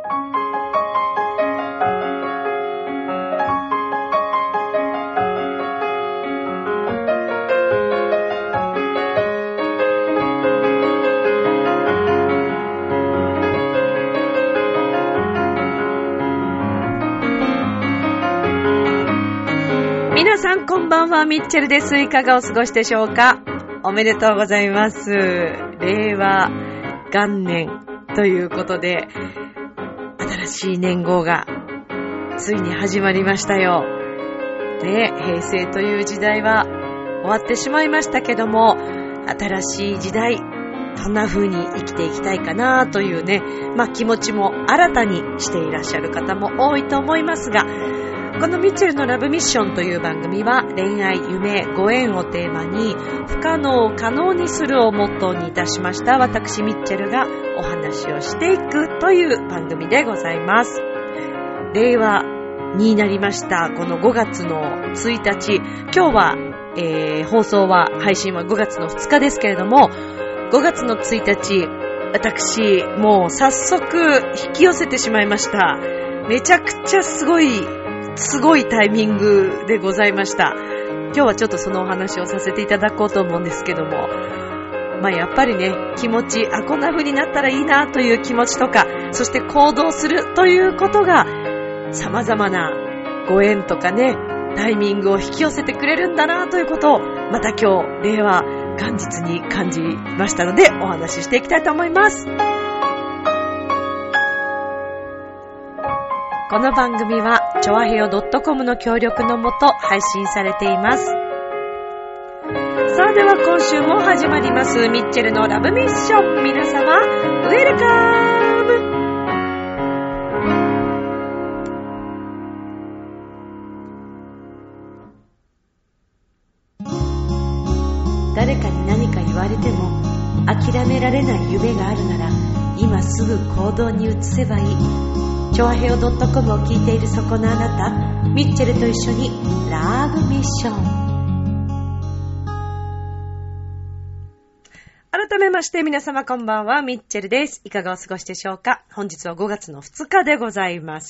皆さんこんばんは、ミッチェルです。いかがお過ごしでしょうか。おめでとうございます。令和元年ということで、新しい年号がついに始まりましたよ。ね、平成という時代は終わってしまいましたけども、新しい時代、どんな風に生きていきたいかなというね、気持ちも新たにしていらっしゃる方も多いと思いますが、このミッチェルのラブミッションという番組は恋愛、夢、ご縁をテーマに不可能を可能にするをモットーにいたしました私ミッチェルがお話をしていくという番組でございます。令和になりました。この5月の1日、今日は、放送は配信は5月の2日ですけれども、5月の1日私もう早速引き寄せてしまいました。めちゃくちゃすごいタイミングでございました。今日はちょっとそのお話をさせていただこうと思うんですけども、やっぱりね、気持ち、こんな風になったらいいなという気持ちとか、そして行動するということが様々なご縁とかね、タイミングを引き寄せてくれるんだなということを、また今日令和元日に感じましたのでお話ししていきたいと思います。この番組はちょわへよ .com の協力のもと配信されています。さあ、では今週も始まりますミッチェルのラブミッション。皆様ウェルカム。誰かに何か言われても諦められない夢があるなら今すぐ行動に移せばいい。ちょわへよ .com を聞いているそこのあなた、ミッチェルと一緒にラブミッション。改めまして皆様こんばんは、ミッチェルです。いかがお過ごしでしょうか。本日は5月の2日でございます。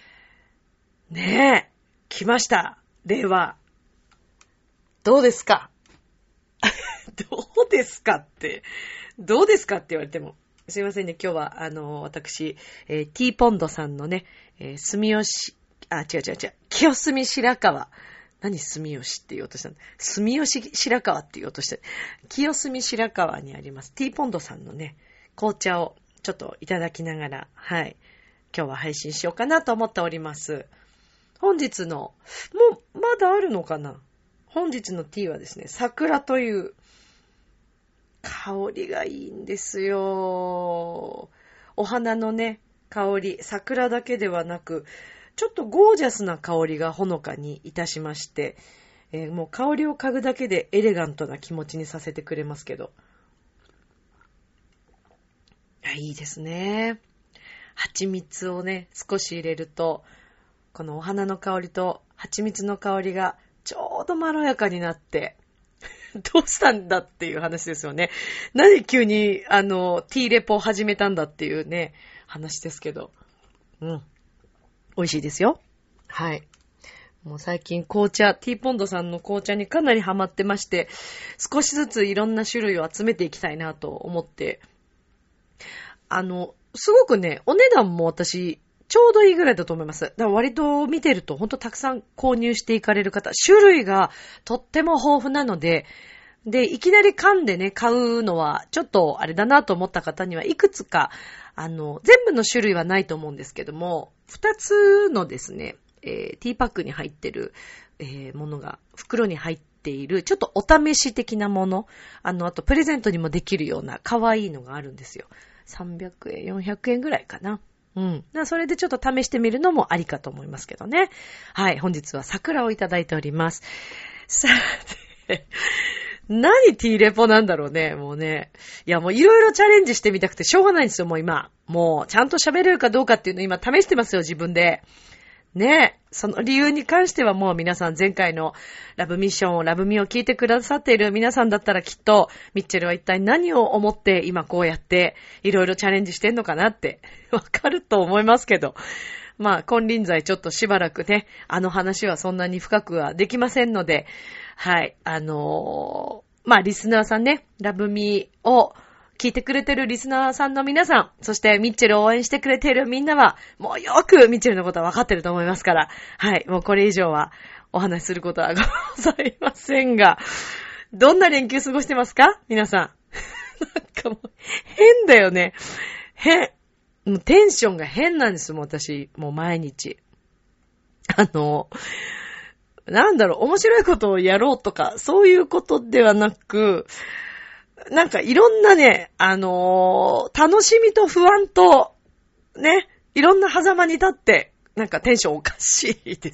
ねえ、来ました。令和。どうですかどうですかって言われても。すいませんね、今日は私、T ポンドさんのね、清澄白河。何住吉って言おうとしたの？住吉白河って言おうとした。清澄白河にあります T ポンドさんのね、紅茶をちょっといただきながら、はい、今日は配信しようかなと思っております。本日の、もうまだあるのかな？本日の T はですね、桜という香りがいいんですよ。お花のね、香り、桜だけではなく、ちょっとゴージャスな香りがほのかにいたしまして、もう香りを嗅ぐだけでエレガントな気持ちにさせてくれますけど。いいですね。蜂蜜をね、少し入れると、このお花の香りと蜂蜜の香りがちょうどまろやかになって、どうしたんだっていう話ですよね。何急にティーレポを始めたんだっていうね、話ですけど。美味しいですよ。はい。もう最近紅茶、ティーポンドさんの紅茶にかなりハマってまして、少しずついろんな種類を集めていきたいなと思って。すごくね、お値段も私、ちょうどいいぐらいだと思います。だから割と見てると、ほんとたくさん購入していかれる方、種類がとっても豊富なので、いきなり缶でね、買うのは、ちょっとあれだなと思った方には、いくつか、全部の種類はないと思うんですけども、2つのですね、ティーパックに入ってる、ものが、袋に入っている、ちょっとお試し的なもの、あとプレゼントにもできるような可愛いのがあるんですよ。300円、400円ぐらいかな。それでちょっと試してみるのもありかと思いますけどね。はい、本日は桜をいただいております。さて、何ティーレポなんだろうね、もうね。いや、もういろいろチャレンジしてみたくてしょうがないんですよ、もう今。もう、ちゃんと喋れるかどうかっていうのを今試してますよ、自分で。 ね、その理由に関してはもう皆さん前回のラブミッション、ラブミを聞いてくださっている皆さんだったらきっとミッチェルは一体何を思って今こうやっていろいろチャレンジしてんのかなってわかると思いますけど、まあ金輪際ちょっとしばらくね、話はそんなに深くはできませんので、はい、まあリスナーさんね、ラブミを聞いてくれてるリスナーさんの皆さん、そしてミッチェルを応援してくれているみんなは、もうよくミッチェルのことは分かってると思いますから、はい、もうこれ以上はお話しすることはございませんが、どんな連休過ごしてますか皆さん。なんかもう、変だよね。もうテンションが変なんですもん、私。もう毎日。なんだろう、面白いことをやろうとか、そういうことではなく、なんかいろんなね、楽しみと不安と、ね、いろんな狭間に立って、なんかテンションおかしいです。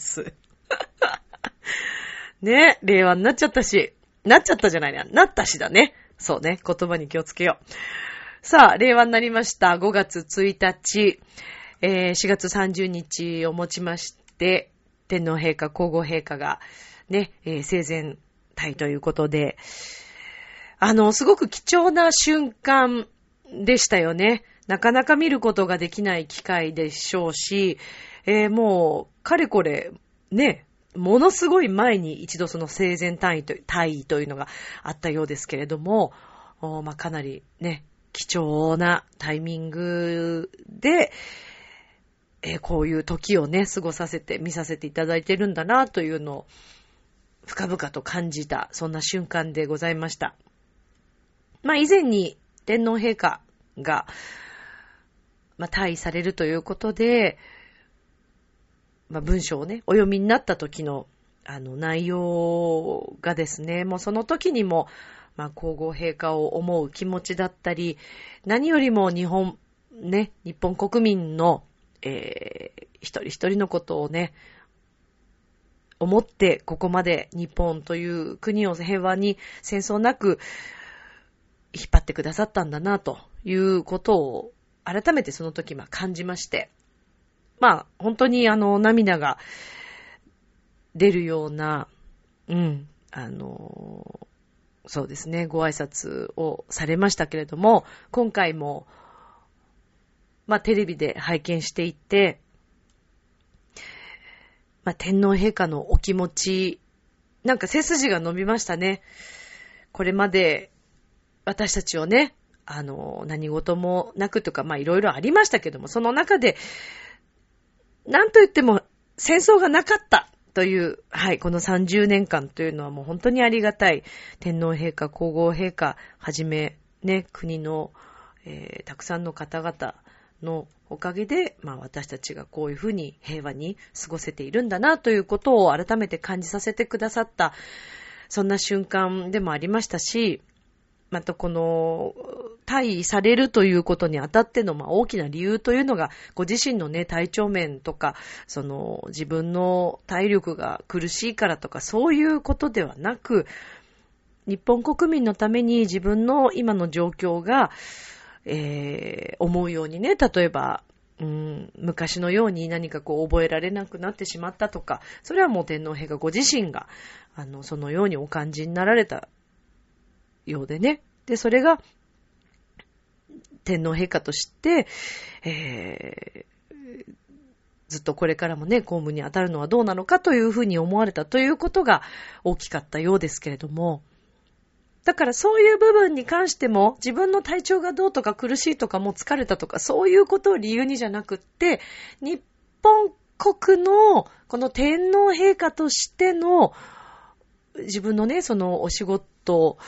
ね、令和になっちゃったし、なっちゃったじゃないね、なったしだね。そうね、言葉に気をつけよう。さあ、令和になりました。5月1日、4月30日をもちまして、天皇陛下、皇后陛下が、ね、生前退ということで、すごく貴重な瞬間でしたよね。なかなか見ることができない機会でしょうし、もう、かれこれ、ね、ものすごい前に一度その生前退位というのがあったようですけれども、まあ、かなりね、貴重なタイミングで、こういう時をね、過ごさせて、見させていただいてるんだなというのを、深々と感じた、そんな瞬間でございました。まあ以前に天皇陛下が、まあ退位されるということで、まあ文章をね、お読みになった時の、内容がですね、もうその時にも、まあ皇后陛下を思う気持ちだったり、何よりも日本国民の、一人一人のことをね、思ってここまで日本という国を平和に戦争なく引っ張ってくださったんだなということを改めてその時感じまして、まあ本当に涙が出るような、そうですね、ご挨拶をされましたけれども、今回もまあテレビで拝見していて、まあ天皇陛下のお気持ち、なんか背筋が伸びましたね。これまで私たちをね、何事もなくとか、まあいろいろありましたけども、その中で、なんと言っても戦争がなかったという、はい、この30年間というのはもう本当にありがたい。天皇陛下、皇后陛下はじめ、ね、国の、たくさんの方々のおかげで、まあ私たちがこういうふうに平和に過ごせているんだなということを改めて感じさせてくださった、そんな瞬間でもありましたし、またこの退位されるということにあたっての大きな理由というのがご自身のね体調面とかその自分の体力が苦しいからとかそういうことではなく、日本国民のために自分の今の状況が、思うようにね、例えば昔のように何かこう覚えられなくなってしまったとか、それはもう天皇陛下ご自身がそのようにお感じになられたようでね。で、それが天皇陛下として、ずっとこれからもね、公務に当たるのはどうなのかというふうに思われたということが大きかったようですけれども、だからそういう部分に関しても自分の体調がどうとか苦しいとかもう疲れたとかそういうことを理由にじゃなくって、日本国のこの天皇陛下としての自分のね、そのお仕事、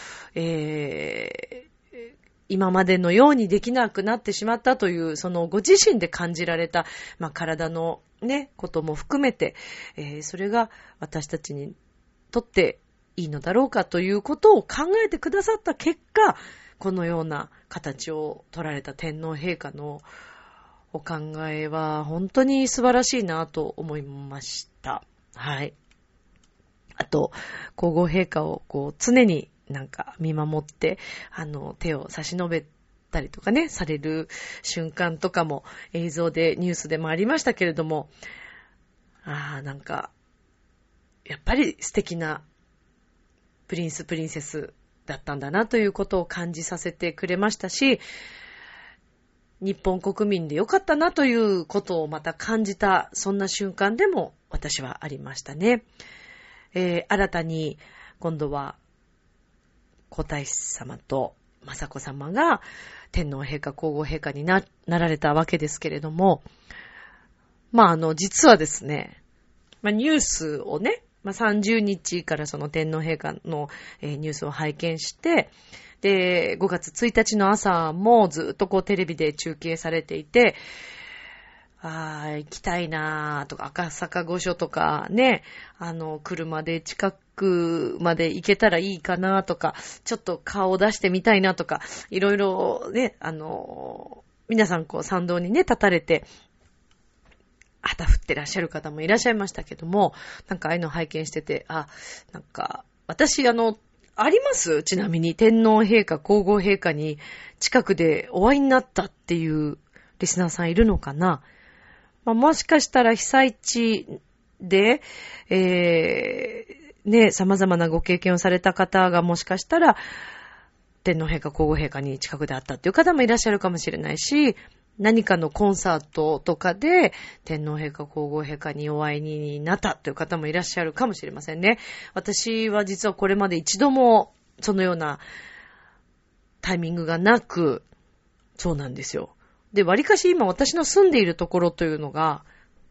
今までのようにできなくなってしまったという、そのご自身で感じられた、体のね、ことも含めて、それが私たちにとっていいのだろうかということを考えてくださった結果、このような形を取られた天皇陛下のお考えは本当に素晴らしいなと思いました。はい。あと、皇后陛下をこう常になんか見守って、手を差し伸べたりとかね、される瞬間とかも映像でニュースでもありましたけれども、 なんか、やっぱり素敵なプリンス・プリンセスだったんだなということを感じさせてくれましたし、日本国民でよかったなということをまた感じた、そんな瞬間でも私はありましたね。新たに今度は皇太子様と雅子様が天皇陛下皇后陛下に なられたわけですけれども、実はですね、ニュースをね、30日からその天皇陛下のニュースを拝見して、で、5月1日の朝もずっとテレビで中継されていて、行きたいなーとか、赤坂御所とかね、車で近くまで行けたらいいかなとか、ちょっと顔を出してみたいなとか、いろいろね、皆さん参道にね、立たれて、旗振ってらっしゃる方もいらっしゃいましたけども、なんかああいうの拝見してて、なんか、私ありますちなみに天皇陛下皇后陛下に近くでお会いになったっていうリスナーさんいるのかな。もしかしたら被災地で、様々なご経験をされた方がもしかしたら天皇陛下皇后陛下に近くで会ったっていう方もいらっしゃるかもしれないし、何かのコンサートとかで天皇陛下皇后陛下にお会いになったという方もいらっしゃるかもしれませんね。私は実はこれまで一度もそのようなタイミングがなく、そうなんですよ。で、割かし今私の住んでいるところというのが、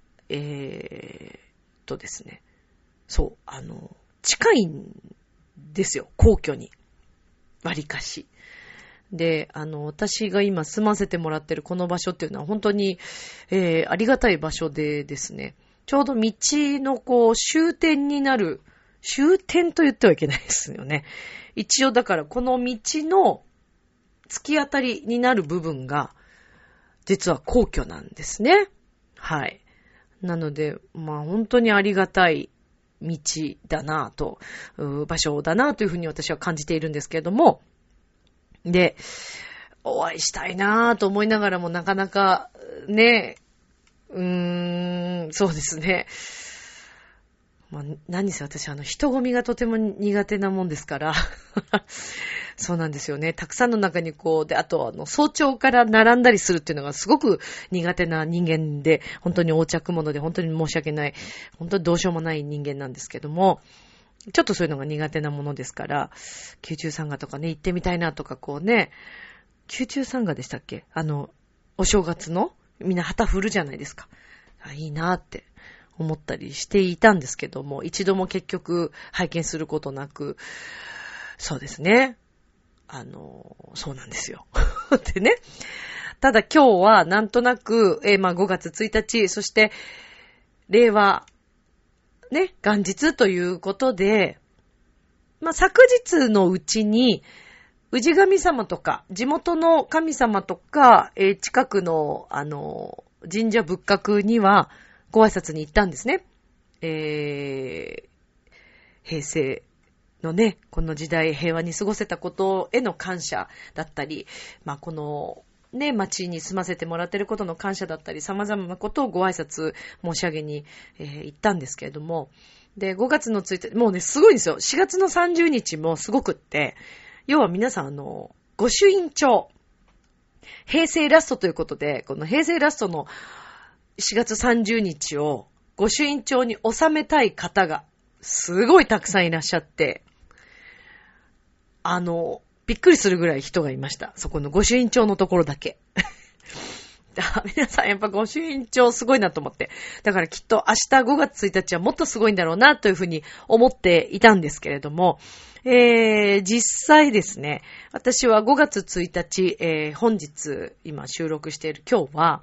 ですね。そう、近いんですよ。皇居に。割かし。で、私が今住ませてもらってるこの場所っていうのは本当に、ありがたい場所でですね、ちょうど道の終点になる、終点と言ってはいけないですよね。一応だからこの道の突き当たりになる部分が、実は皇居なんですね。はい。なので、本当にありがたい道だなと、場所だなというふうに私は感じているんですけれども、で、お会いしたいなぁと思いながらもなかなかね、そうですね。何せ私人混みがとても苦手なもんですから、そうなんですよね。たくさんの中にで、あと早朝から並んだりするっていうのがすごく苦手な人間で、本当に横着者で本当に申し訳ない、本当にどうしようもない人間なんですけども、ちょっとそういうのが苦手なものですから、宮中参賀とかね、行ってみたいなとか宮中参賀でしたっけ？お正月のみんな旗振るじゃないですか。いいなって思ったりしていたんですけども、一度も結局拝見することなく、そうですね。そうなんですよ。でね、ただ今日はなんとなく、5月1日、そして令和ね、元日ということで、昨日のうちに、氏神様とか、地元の神様とか、近くの、神社仏閣には、ご挨拶に行ったんですね。平成のね、この時代平和に過ごせたことへの感謝だったり、この、ね、町に住ませてもらっていることの感謝だったり、様々なことをご挨拶申し上げに、行ったんですけれども、で、5月の1日、もうね、すごいんですよ。4月の30日もすごくって、要は皆さん御朱印帳、平成ラストということで、この平成ラストの4月30日を御朱印帳に収めたい方がすごいたくさんいらっしゃって、びっくりするぐらい人がいました。そこの御朱印帳のところだけ。皆さんやっぱ御朱印帳すごいなと思って。だからきっと明日5月1日はもっとすごいんだろうなというふうに思っていたんですけれども、実際ですね、私は5月1日、本日今収録している今日は、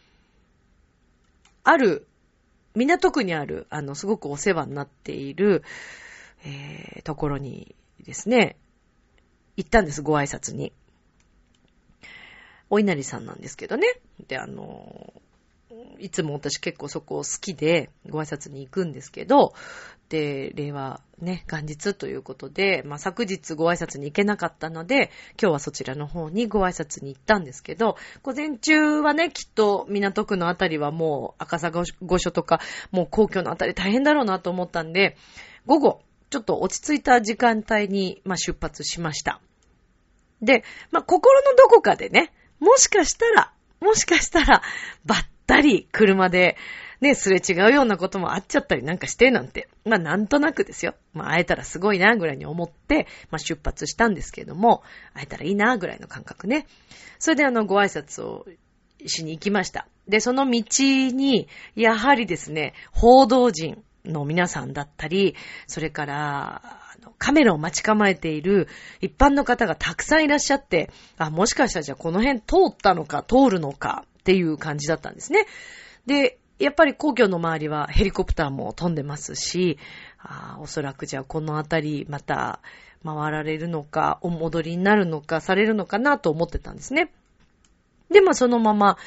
ある、港区にある、すごくお世話になっている、ところにですね、行ったんです、ご挨拶に。お稲荷さんなんですけどね。で、 いつも私結構そこ好きでご挨拶に行くんですけど、で、令和ね、元日ということで、昨日ご挨拶に行けなかったので、今日はそちらの方にご挨拶に行ったんですけど、午前中はね、きっと港区のあたりはもう赤坂御所とか、もう皇居のあたり大変だろうなと思ったんで、午後、ちょっと落ち着いた時間帯に、出発しました。で、心のどこかでね、もしかしたら、ばったり車で、ね、すれ違うようなこともあっちゃったりなんかしてなんて、なんとなくですよ。会えたらすごいなぐらいに思って、出発したんですけれども、会えたらいいなぐらいの感覚ね。それでご挨拶をしに行きました。で、その道に、やはりですね、報道陣の皆さんだったり、それから、カメラを待ち構えている一般の方がたくさんいらっしゃって、もしかしたらじゃあこの辺通ったのか通るのかっていう感じだったんですね。で、やっぱり皇居の周りはヘリコプターも飛んでますし、おそらくじゃあこの辺りまた回られるのか、お戻りになるのかされるのかなと思ってたんですね。で、そのまま、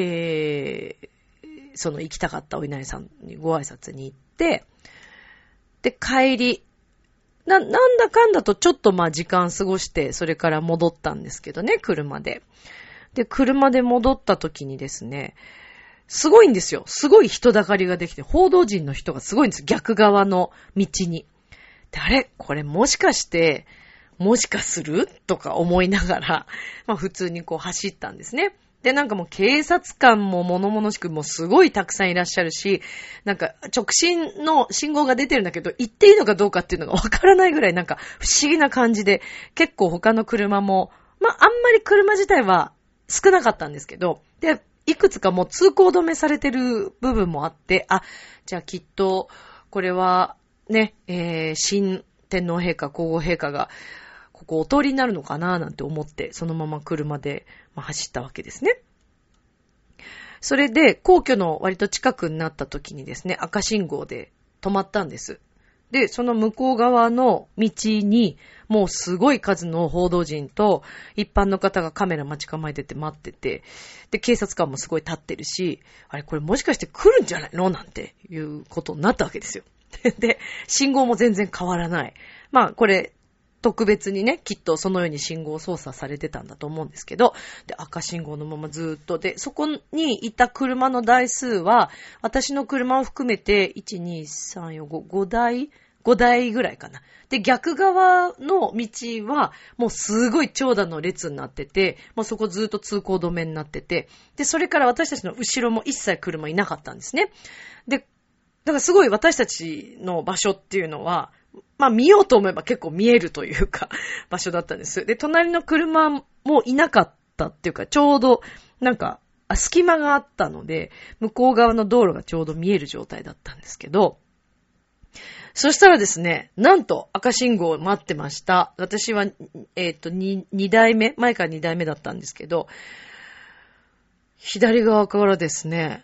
その行きたかったお稲荷さんにご挨拶に行って、で、帰り、なんだかんだとちょっと時間過ごして、それから戻ったんですけどね、車で。で、車で戻った時にですね、すごいんですよ。すごい人だかりができて、報道陣の人がすごいんです。逆側の道に。で、あれこれもしかするとか思いながら、普通に走ったんですね。で、もう警察官も物々しくもうすごいたくさんいらっしゃるし、直進の信号が出てるんだけど、行っていいのかどうかっていうのがわからないぐらい不思議な感じで、結構他の車も、あんまり車自体は少なかったんですけど、で、いくつかもう通行止めされてる部分もあって、じゃあきっと、これはね、新天皇陛下、皇后陛下が、ここお通りになるのかななんて思って、そのまま車で、走ったわけですね。それで、皇居の割と近くになった時にですね、赤信号で止まったんです。で、その向こう側の道に、もうすごい数の報道陣と、一般の方がカメラ待ち構えてて待ってて、で、警察官もすごい立ってるし、これもしかして来るんじゃないのなんていうことになったわけですよ。で、信号も全然変わらない。これ、特別にね、きっとそのように信号操作されてたんだと思うんですけど、で、赤信号のままずっとで、そこにいた車の台数は、私の車を含めて、1、2、3、4、5台ぐらいかな。で、逆側の道は、もうすごい長蛇の列になってて、もうそこずっと通行止めになってて、で、それから私たちの後ろも一切車いなかったんですね。で、だからすごい私たちの場所っていうのは、見ようと思えば結構見えるというか、場所だったんです。で、隣の車もいなかったっていうか、ちょうど、隙間があったので、向こう側の道路がちょうど見える状態だったんですけど、そしたらですね、なんと赤信号を待ってました。私は、2台目、前から2台目だったんですけど、左側からですね、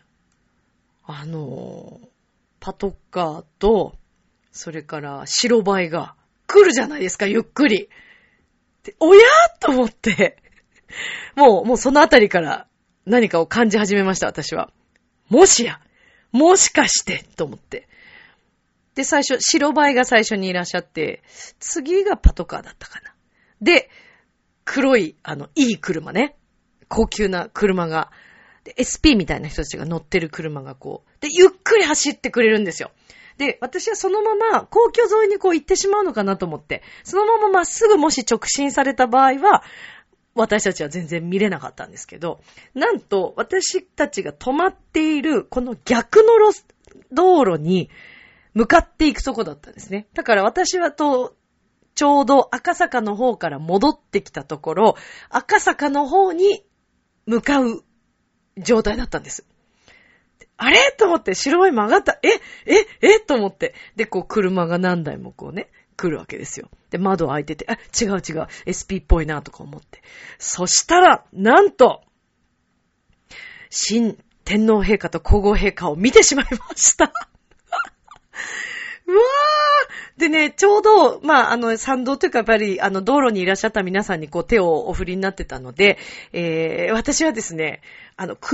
パトカーと、それから白バイが来るじゃないですか、ゆっくり。で、おやーと思って、もうそのあたりから何かを感じ始めました、私は。もしかして、と思って。で、白バイが最初にいらっしゃって、次がパトカーだったかな。で、黒い、いい車ね。高級な車が。で、SP みたいな人たちが乗ってる車がで、ゆっくり走ってくれるんですよ。で、私はそのまま皇居沿いに行ってしまうのかなと思って、そのまままっすぐもし直進された場合は、私たちは全然見れなかったんですけど、なんと私たちが止まっているこの逆の道路に向かっていくとこだったんですね。だから私はちょうど赤坂の方から戻ってきたところ、赤坂の方に向かう状態だったんです。あれと思って、白バイ曲がった。と思って。で、車が何台も来るわけですよ。で、窓開いてて、違う、SP っぽいなとか思って。そしたら、なんと、新天皇陛下と皇后陛下を見てしまいました。うわーでね、ちょうど、参道というかやっぱり、道路にいらっしゃった皆さんに手をお振りになってたので、私はですね、首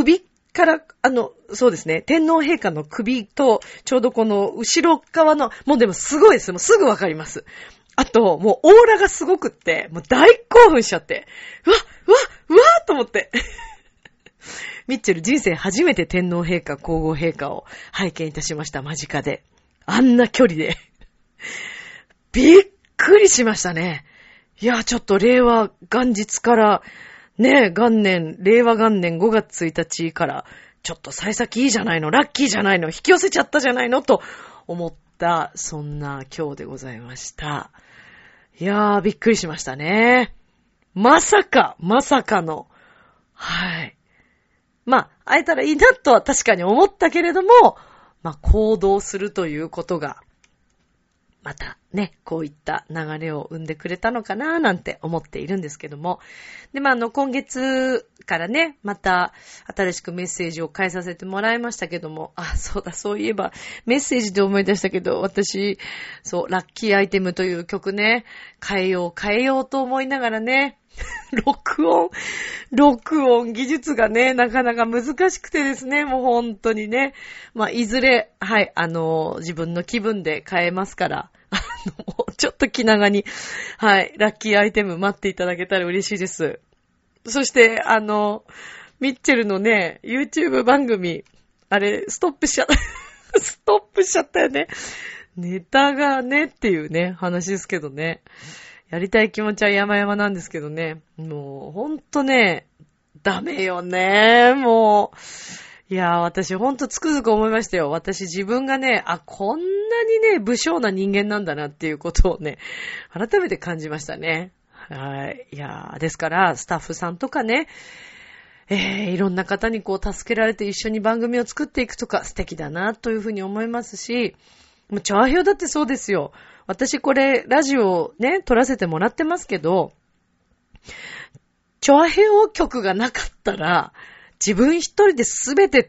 から、そうですね、天皇陛下の首と、ちょうどこの後ろ側の、もうでもすごいです。もうすぐわかります。あと、もうオーラがすごくって、もう大興奮しちゃって、うわーと思って。ミッチェル人生初めて天皇陛下皇后陛下を拝見いたしました。間近で。あんな距離で。びっくりしましたね。いや、ちょっと令和元日からね、令和元年5月1日からちょっと幸先いいじゃないの、ラッキーじゃないの、引き寄せちゃったじゃないのと思ったそんな今日でございました。いやー、びっくりしましたね。まさかの、はい。会えたらいいなとは確かに思ったけれども、行動するということが、またね、こういった流れを生んでくれたのかななんて思っているんですけども。で、今月からね、また新しくメッセージを変えさせてもらいましたけども、そういえば、メッセージで思い出したけど、私、ラッキーアイテムという曲ね、変えようと思いながらね、録音技術がね、なかなか難しくてですね、もう本当にね。いずれ、はい、自分の気分で変えますから、ちょっと気長に、はい、ラッキーアイテム待っていただけたら嬉しいです。そして、ミッチェルのね、YouTube 番組、あれ、ストップしちゃったよね。ネタがね、っていうね、話ですけどね。やりたい気持ちは山々なんですけどね。もう、ほんとね、ダメよね、もう。いやー、私ほんとつくづく思いましたよ。私自分がね、こんなにね、不精な人間なんだなっていうことをね、改めて感じましたね。はい。いやー、ですから、スタッフさんとかね、いろんな方に助けられて一緒に番組を作っていくとか素敵だなというふうに思いますし、もう、チョアヘヨだってそうですよ。私これ、ラジオね、撮らせてもらってますけど、チョアヘヨ局がなかったら、自分一人で全てって、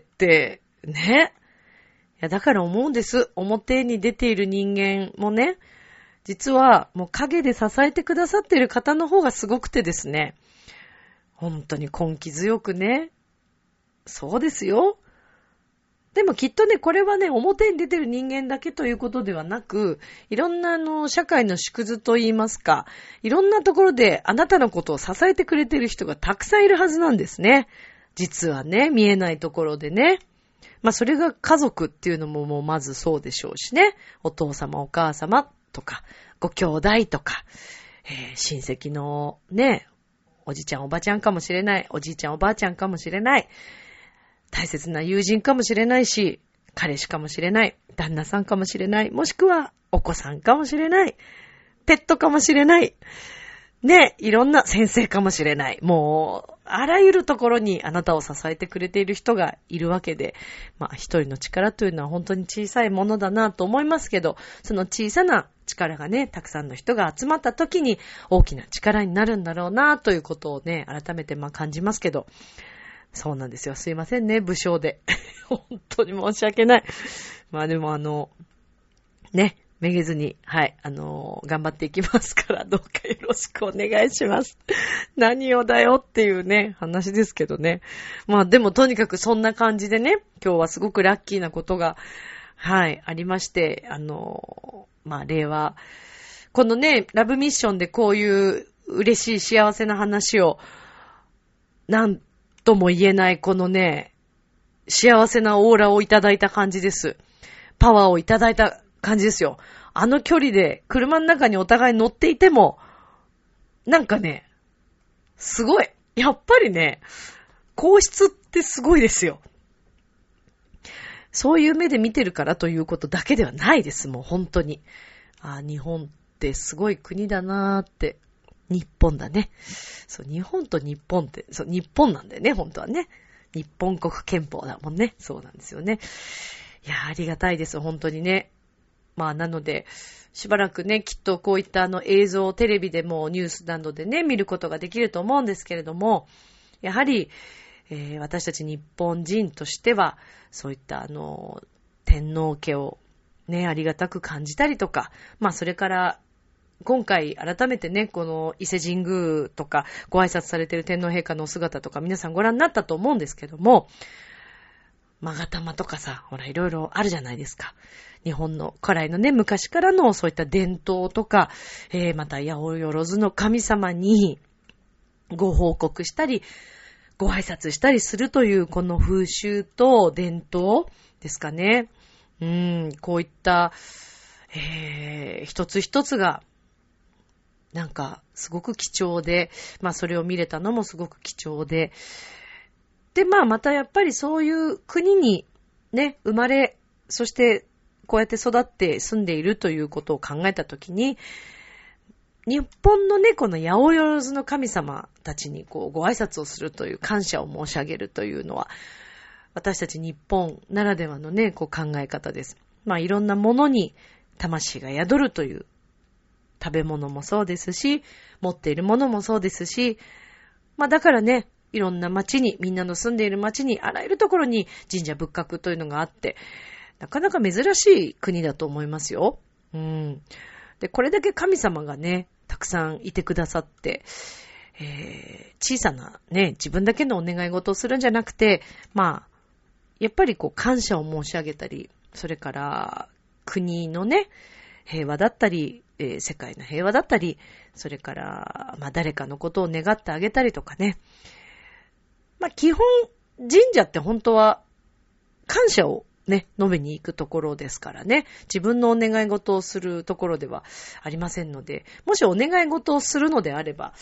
ね。いや、だから思うんです。表に出ている人間もね、実はもう陰で支えてくださっている方の方がすごくてですね、本当に根気強くね、そうですよ。でもきっとね、これはね、表に出てる人間だけということではなく、いろんな社会の縮図といいますか、いろんなところであなたのことを支えてくれている人がたくさんいるはずなんですね。実はね、見えないところでね。それが家族っていうのももうまずそうでしょうしね。お父様、お母様とか、ご兄弟とか、親戚のね、おじちゃん、おばちゃんかもしれない、おじいちゃん、おばあちゃんかもしれない、大切な友人かもしれないし、彼氏かもしれない、旦那さんかもしれない、もしくはお子さんかもしれない、ペットかもしれない、ね、いろんな先生かもしれない。もう、あらゆるところにあなたを支えてくれている人がいるわけで、一人の力というのは本当に小さいものだなと思いますけど、その小さな力がね、たくさんの人が集まった時に大きな力になるんだろうなということをね、改めて感じますけど、そうなんですよ。すいませんね、武将で。本当に申し訳ない。でもね、めげずに、はい、頑張っていきますから、どうかよろしくお願いします。何をだよっていうね、話ですけどね。でもとにかくそんな感じでね、今日はすごくラッキーなことが、はい、ありまして、令和、このね、ラブミッションでこういう嬉しい幸せな話を、なんとも言えないこのね、幸せなオーラをいただいた感じです。パワーをいただいた感じですよ。あの距離で車の中にお互い乗っていても、なんかね、すごい。やっぱりね、皇室ってすごいですよ。そういう目で見てるからということだけではないです。もう本当に。日本ってすごい国だなーって。日本だね。そう、日本と日本って、そう、日本なんだよね、本当はね。日本国憲法だもんね。そうなんですよね。いや、ありがたいです、本当にね。なので、しばらくね、きっとこういった映像、テレビでもニュースなどでね、見ることができると思うんですけれども、やはり、私たち日本人としては、そういった天皇家をね、ありがたく感じたりとか、それから、今回改めてね、この伊勢神宮とかご挨拶されている天皇陛下のお姿とか皆さんご覧になったと思うんですけども、 勾玉とかさ、ほらいろいろあるじゃないですか。日本の古来のね、昔からのそういった伝統とか、また八百万の神様にご報告したり、ご挨拶したりするというこの風習と伝統ですかね。こういった、一つ一つがなんかすごく貴重で、それを見れたのもすごく貴重で、で、またやっぱりそういう国にね、生まれ、そしてこうやって育って住んでいるということを考えたときに、日本のね、この八百万の神様たちにご挨拶をするという感謝を申し上げるというのは、私たち日本ならではのね、考え方です。いろんなものに魂が宿るという食べ物もそうですし、持っているものもそうですし、だからね、いろんな町に、みんなの住んでいる町に、あらゆるところに神社仏閣というのがあって、なかなか珍しい国だと思いますよ。で、これだけ神様がね、たくさんいてくださって、小さなね、自分だけのお願い事をするんじゃなくて、やっぱり感謝を申し上げたり、それから国のね、平和だったり、世界の平和だったり、それから誰かのことを願ってあげたりとかね。基本神社って本当は感謝をね、述べに行くところですからね。自分のお願い事をするところではありませんので、もしお願い事をするのであれば、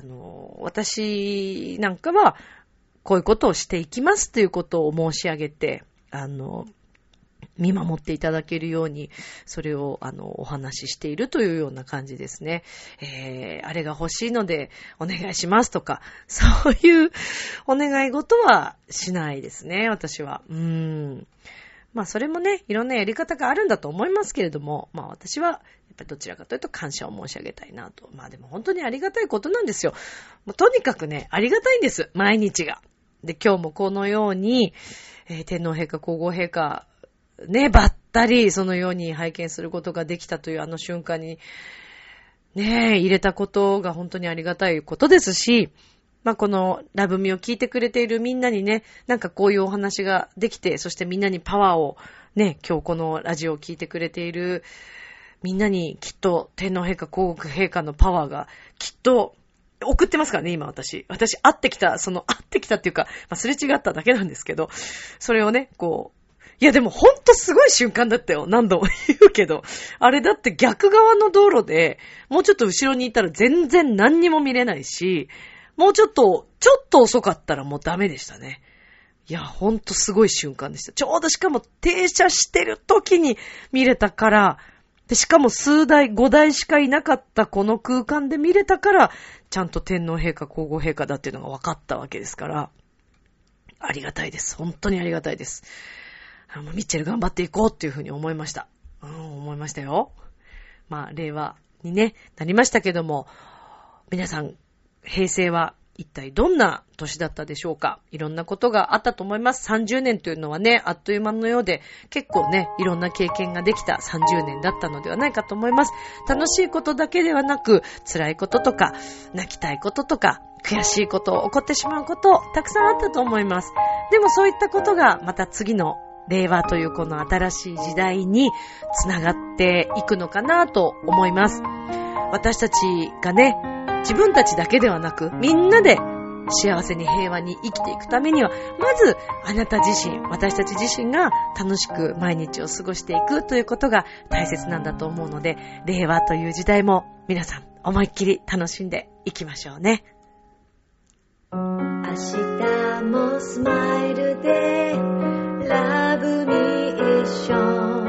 私なんかはこういうことをしていきますということを申し上げて、見守っていただけるように、それをお話ししているというような感じですね。あれが欲しいのでお願いしますとか、そういうお願い事はしないですね、私は。それもね、いろんなやり方があるんだと思いますけれども、私はやっぱりどちらかというと感謝を申し上げたいなと。でも本当にありがたいことなんですよ。とにかくね、ありがたいんです、毎日が。で、今日もこのように、天皇陛下皇后陛下ね、ばったりそのように拝見することができたというあの瞬間にね、入れたことが本当にありがたいことですし、このラブミを聞いてくれているみんなにね、なんかこういうお話ができて、そしてみんなにパワーをね、今日このラジオを聞いてくれているみんなにきっと天皇陛下皇后陛下のパワーがきっと送ってますからね、今私会ってきたっていうか、すれ違っただけなんですけど、それをね、いやでもほんとすごい瞬間だったよ。何度も言うけど。あれだって逆側の道路で、もうちょっと後ろにいたら全然何にも見れないし、もうちょっと遅かったらもうダメでしたね。いや、ほんとすごい瞬間でした。ちょうどしかも停車してる時に見れたから、で、しかも数台、5台しかいなかったこの空間で見れたから、ちゃんと天皇陛下皇后陛下だっていうのが分かったわけですから、ありがたいです。本当にありがたいです。ミッチェル頑張っていこうっていうふうに思いました。思いましたよ。令和にね、なりましたけども、皆さん、平成は一体どんな年だったでしょうか。いろんなことがあったと思います。30年というのはね、あっという間のようで、結構ね、いろんな経験ができた30年だったのではないかと思います。楽しいことだけではなく、辛いこととか、泣きたいこととか、悔しいこと、起こってしまうこと、たくさんあったと思います。でもそういったことが、また次の令和というこの新しい時代につながっていくのかなと思います。私たちがね、自分たちだけではなくみんなで幸せに平和に生きていくためには、まずあなた自身、私たち自身が楽しく毎日を過ごしていくということが大切なんだと思うので、令和という時代も皆さん思いっきり楽しんでいきましょうね。 明日もスマイルでラブミッション、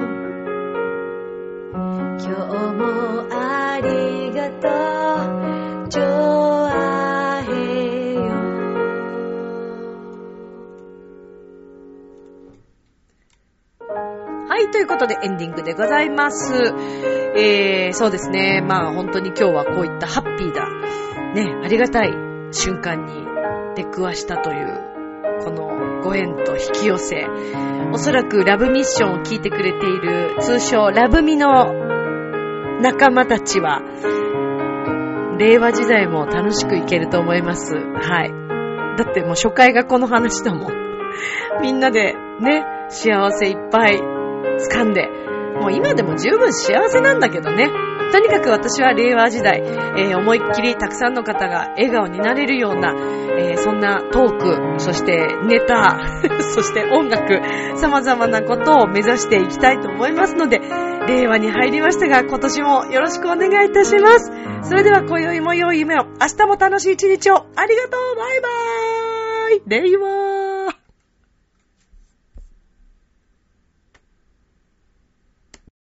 今日もありがとうジョアヘヨ。 はい、ということでエンディングでございます。そうですね、本当に今日はこういったハッピーだね、ありがたい瞬間に出くわしたというこのご縁と引き寄せ、おそらくラブミッションを聞いてくれている通称ラブミの仲間たちは令和時代も楽しくいけると思います。はい。だってもう初回がこの話だもん。 みんなでね、幸せいっぱい掴んで、もう今でも十分幸せなんだけどね。とにかく私は令和時代、思いっきりたくさんの方が笑顔になれるような、そんなトーク、そしてネタ、そして音楽、様々なことを目指していきたいと思いますので、令和に入りましたが、今年もよろしくお願いいたします。それでは今宵も良い夢を、明日も楽しい一日を、ありがとう、バイバーイ、令和